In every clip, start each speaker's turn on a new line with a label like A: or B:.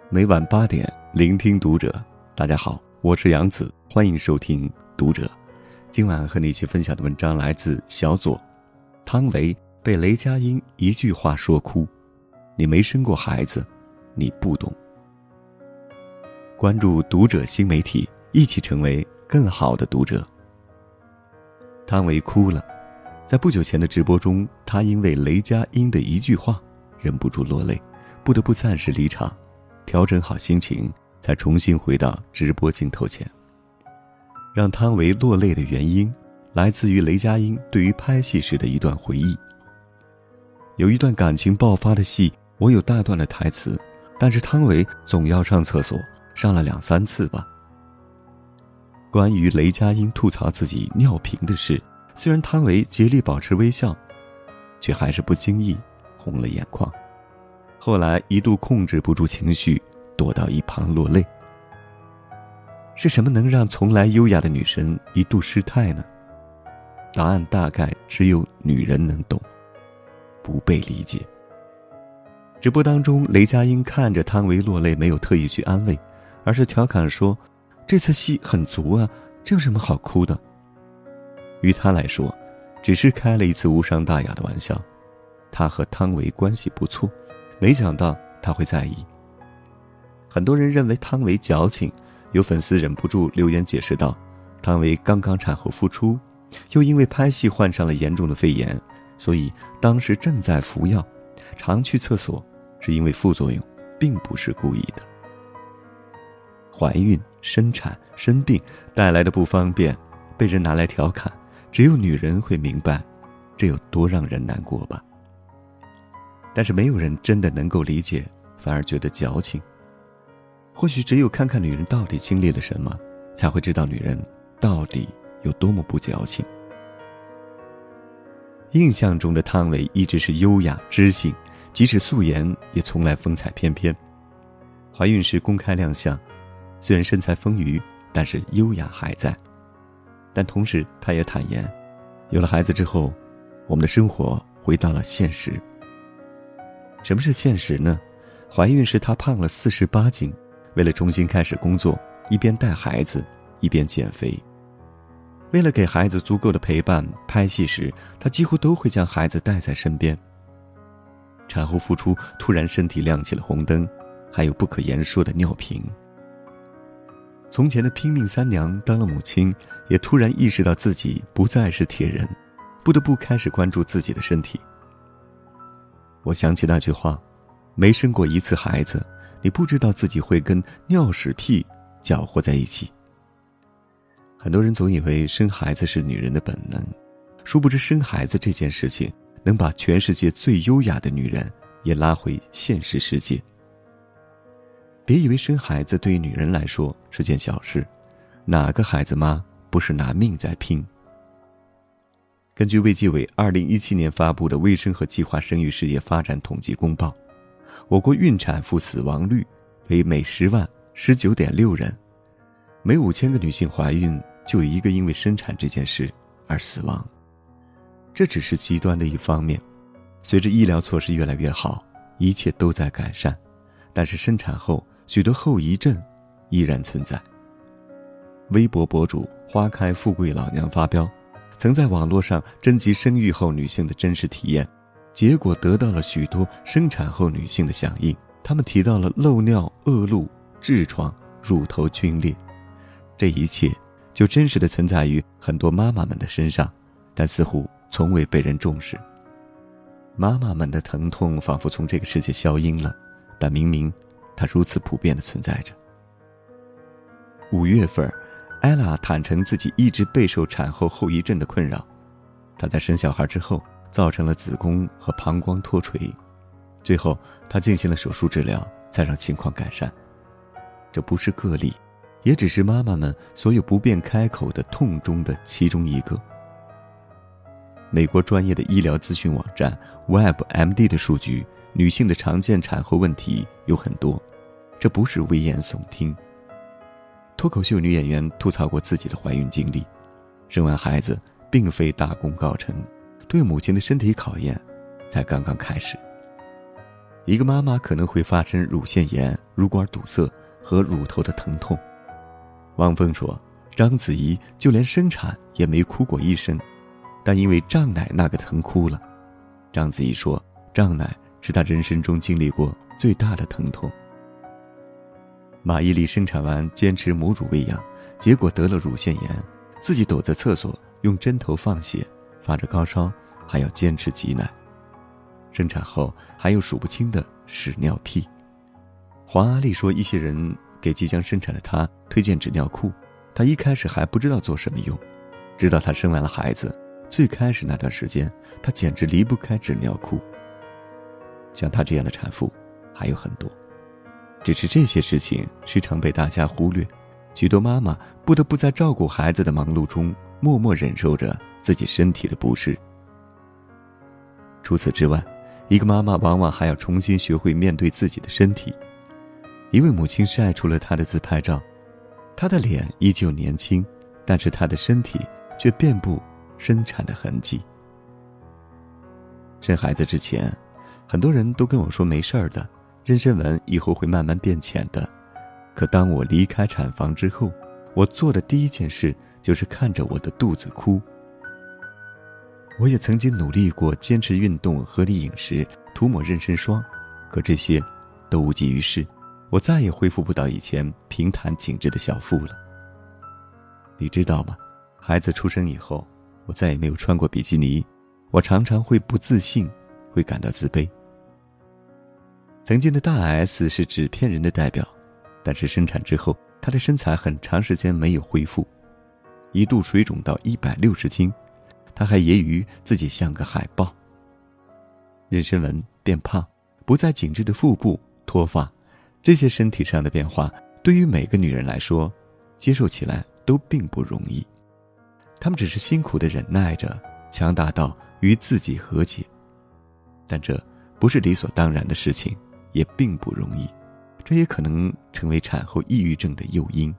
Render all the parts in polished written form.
A: 每晚8点，聆听读者。大家好，我是杨子，欢迎收听读者。今晚和你一起分享的文章来自小左。汤唯被雷佳音一句话说哭，你没生过孩子，你不懂。关注读者新媒体，一起成为更好的读者。汤唯哭了，在不久前的直播中，她因为雷佳音的一句话忍不住落泪，不得不暂时离场，调整好心情，才重新回到直播镜头前。让汤唯落泪的原因来自于雷佳音对于拍戏时的一段回忆。有一段感情爆发的戏，我有大段的台词，但是汤唯总要上厕所，上了2-3次吧。关于雷佳音吐槽自己尿频的事，虽然汤唯竭力保持微笑，却还是不经意红了眼眶。后来一度控制不住情绪，躲到一旁落泪。是什么能让从来优雅的女神一度失态呢？答案大概只有女人能懂，不被理解。直播当中，雷佳音看着汤唯落泪，没有特意去安慰，而是调侃说，这次戏很足啊，这有什么好哭的？于他来说，只是开了一次无伤大雅的玩笑。他和汤唯关系不错，没想到他会在意。很多人认为汤唯矫情，有粉丝忍不住留言解释道，汤唯刚刚产后复出，又因为拍戏患上了严重的肺炎，所以当时正在服药，常去厕所是因为副作用，并不是故意的。怀孕、生产、生病带来的不方便被人拿来调侃，只有女人会明白这有多让人难过吧。但是没有人真的能够理解，反而觉得矫情。或许只有看看女人到底经历了什么，才会知道女人到底有多么不矫情。印象中的汤唯一直是优雅知性，即使素颜也从来风采翩翩。怀孕时公开亮相，虽然身材丰腴，但是优雅还在。但同时她也坦言，有了孩子之后，我们的生活回到了现实。什么是现实呢？怀孕时她胖了48斤，为了重新开始工作，一边带孩子一边减肥。为了给孩子足够的陪伴，拍戏时她几乎都会将孩子带在身边。产后复出，突然身体亮起了红灯，还有不可言说的尿频。从前的拼命三娘当了母亲，也突然意识到自己不再是铁人，不得不开始关注自己的身体。我想起那句话，没生过一次孩子，你不知道自己会跟尿屎屁搅和在一起。很多人总以为生孩子是女人的本能，殊不知生孩子这件事情能把全世界最优雅的女人也拉回现实世界。别以为生孩子对于女人来说是件小事，哪个孩子妈不是拿命在拼？根据卫计委2017年发布的《卫生和计划生育事业发展统计公报》，我国孕产妇死亡率为每10万19.6人，每5000个女性怀孕就有1个因为生产这件事而死亡。这只是极端的一方面，随着医疗措施越来越好，一切都在改善，但是生产后许多后遗症依然存在。微博博主花开富贵老娘发飙，曾在网络上征集生育后女性的真实体验，结果得到了许多生产后女性的响应。她们提到了漏尿、恶露、痔疮、乳头皲裂，这一切就真实地存在于很多妈妈们的身上，但似乎从未被人重视。妈妈们的疼痛仿佛从这个世界消音了，但明明它如此普遍地存在着。5月份，ella 坦诚自己一直备受产后后遗症的困扰。她在生小孩之后，造成了子宫和膀胱脱垂，最后她进行了手术治疗，才让情况改善。这不是个例，也只是妈妈们所有不便开口的痛中的其中一个。美国专业的医疗咨询网站 WebMD 的数据，女性的常见产后问题有很多，这不是危言耸听。脱口秀女演员吐槽过自己的怀孕经历，生完孩子并非大功告成，对母亲的身体考验才刚刚开始。 一个妈妈可能会发生乳腺炎、乳管堵塞和乳头的疼痛。汪峰说，章子怡就连生产也没哭过一声，但因为胀奶那个疼哭了。章子怡说，胀奶是她人生中经历过最大的疼痛。马伊琍生产完坚持母乳喂养，结果得了乳腺炎，自己躲在厕所用针头放血，发着高烧还要坚持挤奶。生产后还有数不清的屎尿屁。黄阿丽说，一些人给即将生产的她推荐纸尿裤，她一开始还不知道做什么用，直到她生完了孩子，最开始那段时间她简直离不开纸尿裤。像她这样的产妇还有很多，只是这些事情时常被大家忽略，许多妈妈不得不在照顾孩子的忙碌中默默忍受着自己身体的不适。除此之外，一个妈妈往往还要重新学会面对自己的身体。一位母亲晒出了她的自拍照，她的脸依旧年轻，但是她的身体却遍布生产的痕迹。生孩子之前，很多人都跟我说没事儿的，妊娠纹以后会慢慢变浅的。可当我离开产房之后，我做的第一件事就是看着我的肚子哭。我也曾经努力过坚持运动、合理饮食、涂抹妊娠霜，可这些都无济于事，我再也恢复不到以前平坦紧致的小腹了。你知道吗？孩子出生以后，我再也没有穿过比基尼，我常常会不自信，会感到自卑。曾经的大 S 是纸片人的代表，但是生产之后，她的身材很长时间没有恢复，一度水肿到160斤，她还揶揄自己像个海豹。妊娠纹、变胖、不再紧致的腹部、脱发，这些身体上的变化对于每个女人来说，接受起来都并不容易。她们只是辛苦地忍耐着，强大到与自己和解。但这不是理所当然的事情，也并不容易，这也可能成为产后抑郁症的诱因。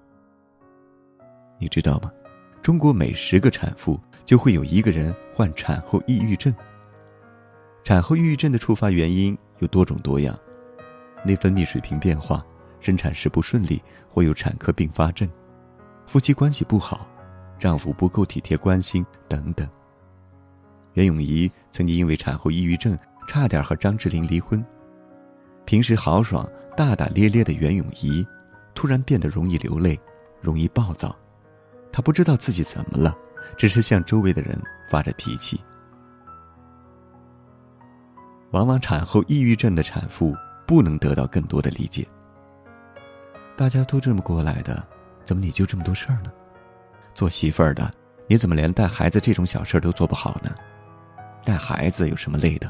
A: 你知道吗？中国每10个产妇就会有1个人患产后抑郁症。产后抑郁症的触发原因有多种多样，内分泌水平变化，生产时不顺利或有产科并发症，夫妻关系不好，丈夫不够体贴关心等等。袁咏仪曾经因为产后抑郁症差点和张智霖离婚。平时豪爽大大咧咧的袁咏仪突然变得容易流泪，容易暴躁。她不知道自己怎么了，只是向周围的人发着脾气。往往产后抑郁症的产妇不能得到更多的理解。大家都这么过来的，怎么你就这么多事儿呢？做媳妇儿的，你怎么连带孩子这种小事都做不好呢？带孩子有什么累的？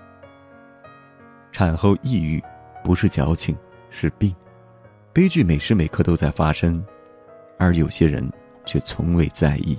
A: 产后抑郁不是矫情，是病。悲剧每时每刻都在发生，而有些人却从未在意。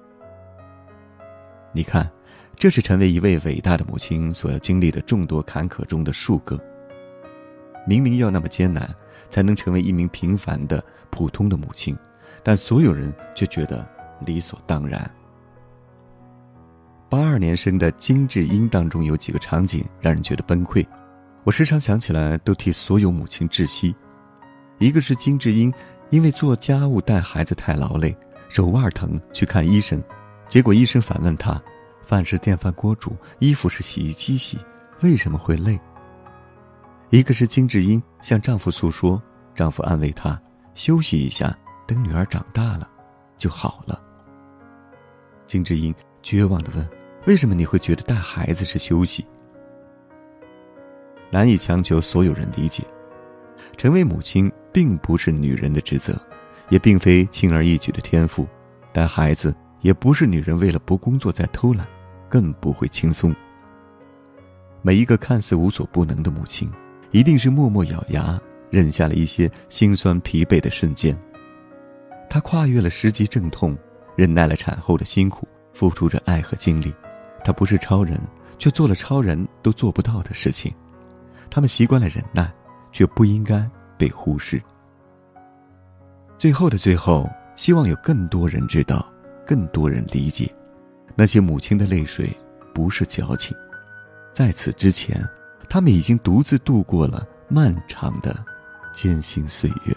A: 你看，这是成为一位伟大的母亲所要经历的众多坎坷中的数个。明明要那么艰难，才能成为一名平凡的普通的母亲，但所有人却觉得理所当然。82年生的金智英当中有几个场景让人觉得崩溃，我时常想起来都替所有母亲窒息。一个是金智英因为做家务带孩子太劳累，手腕疼去看医生，结果医生反问她，饭是电饭锅煮，衣服是洗衣机洗，为什么会累？一个是金智英向丈夫诉说，丈夫安慰她，休息一下，等女儿长大了就好了。金智英绝望地问，为什么你会觉得带孩子是休息？难以强求所有人理解，成为母亲并不是女人的职责，也并非轻而易举的天赋，带孩子也不是女人为了不工作在偷懒，更不会轻松。每一个看似无所不能的母亲，一定是默默咬牙忍下了一些心酸疲惫的瞬间。她跨越了10级阵痛，忍耐了产后的辛苦，付出着爱和精力。她不是超人，却做了超人都做不到的事情。他们习惯了忍耐，却不应该被忽视。最后的最后，希望有更多人知道，更多人理解，那些母亲的泪水不是矫情，在此之前， 他们已经独自度过了漫长的艰辛岁月。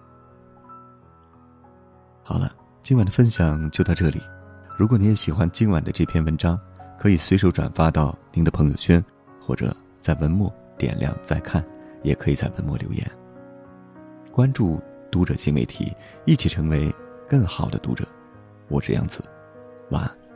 A: 好了，今晚的分享就到这里。如果你也喜欢今晚的这篇文章，可以随手转发到您的朋友圈，或者在文末点亮再看，也可以在文末留言。关注读者新媒体，一起成为更好的读者。我是杨子，晚安。